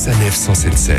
Sanef 177.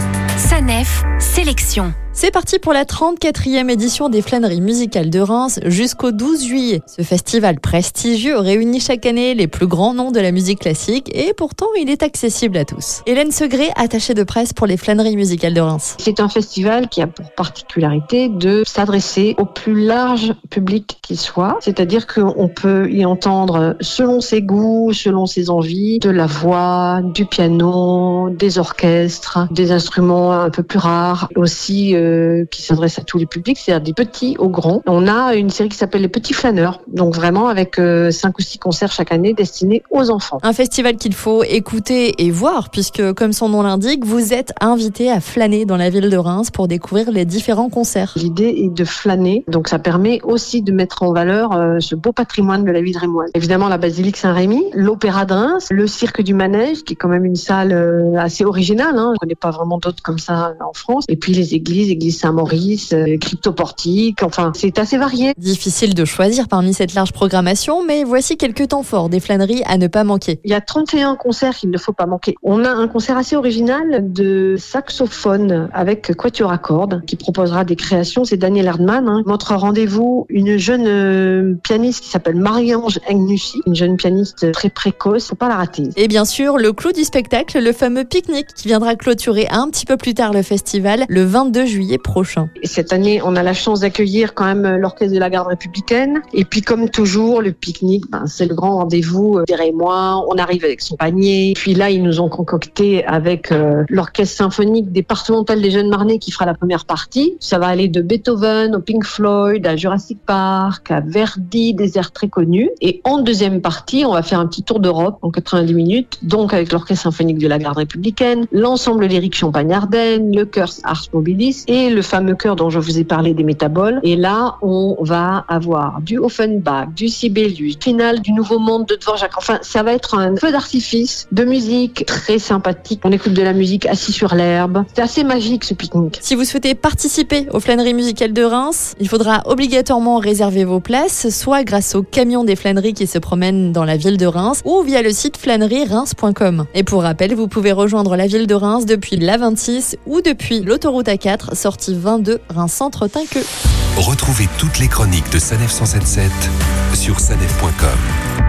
Sanef Sélection. C'est parti pour la 34e édition des Flâneries musicales de Reims jusqu'au 12 juillet. Ce festival prestigieux réunit chaque année les plus grands noms de la musique classique et pourtant il est accessible à tous. Hélène Segré, attachée de presse pour les Flâneries musicales de Reims. C'est un festival qui a pour particularité de s'adresser au plus large public qu'il soit. C'est-à-dire qu'on peut y entendre selon ses goûts, selon ses envies, de la voix, du piano, des orchestres, des instruments un peu plus rares, aussi qui s'adresse à tous les publics, c'est-à-dire des petits aux grands. On a une série qui s'appelle Les Petits Flâneurs, donc vraiment avec 5 ou 6 concerts chaque année destinés aux enfants. Un festival qu'il faut écouter et voir puisque, comme son nom l'indique, vous êtes invité à flâner dans la ville de Reims pour découvrir les différents concerts. L'idée est de flâner, donc ça permet aussi de mettre en valeur ce beau patrimoine de la ville rémoise. Évidemment la basilique Saint-Rémy, l'Opéra de Reims, le cirque du Manège, qui est quand même une salle assez originale, on ne connaît pas vraiment d'autres comme ça en France, et puis les église Saint-Maurice, cryptoportique, enfin c'est assez varié. Difficile de choisir parmi cette large programmation, mais voici quelques temps forts des flâneries à ne pas manquer. Il y a 31 concerts qu'il ne faut pas manquer. On a un concert assez original de saxophone avec quatuor à cordes qui proposera des créations, c'est Daniel Erdmann. Notre rendez-vous, une jeune pianiste qui s'appelle Marie-Ange Engnucci, une jeune pianiste très précoce, faut pas la rater. Et bien sûr, le clou du spectacle, le fameux pique-nique qui viendra clôturer un petit peu plus tard le festival, le 22 juillet prochain. Cette année, on a la chance d'accueillir quand même l'orchestre de la garde républicaine. Et puis, comme toujours, le pique-nique, c'est le grand rendez-vous des Rémois. On arrive avec son panier. Puis là, ils nous ont concocté avec l'orchestre symphonique départemental des Jeunes Marnais qui fera la première partie. Ça va aller de Beethoven au Pink Floyd, à Jurassic Park, à Verdi, des airs très connus. Et en deuxième partie, on va faire un petit tour d'Europe en 90 minutes. Donc, avec l'orchestre symphonique de la garde républicaine, l'ensemble lyrique Champagne-Ardenne, le chœur Ars Mobilis et le fameux chœur dont je vous ai parlé des Métaboles. Et là, on va avoir du Offenbach, du Sibelius, finale du Nouveau Monde de Dvorak. Enfin, ça va être un feu d'artifice de musique très sympathique. On écoute de la musique assis sur l'herbe. C'est assez magique ce pique-nique. Si vous souhaitez participer aux Flâneries musicales de Reims, il faudra obligatoirement réserver vos places, soit grâce au camion des flâneries qui se promènent dans la ville de Reims ou via le site flâneriereims.com. Et pour rappel, vous pouvez rejoindre la ville de Reims depuis l'A26 ou depuis l'autoroute A4, sortie 22 Reims Centre Tinqueux. Retrouvez toutes les chroniques de Sanef 177 sur sanef.com.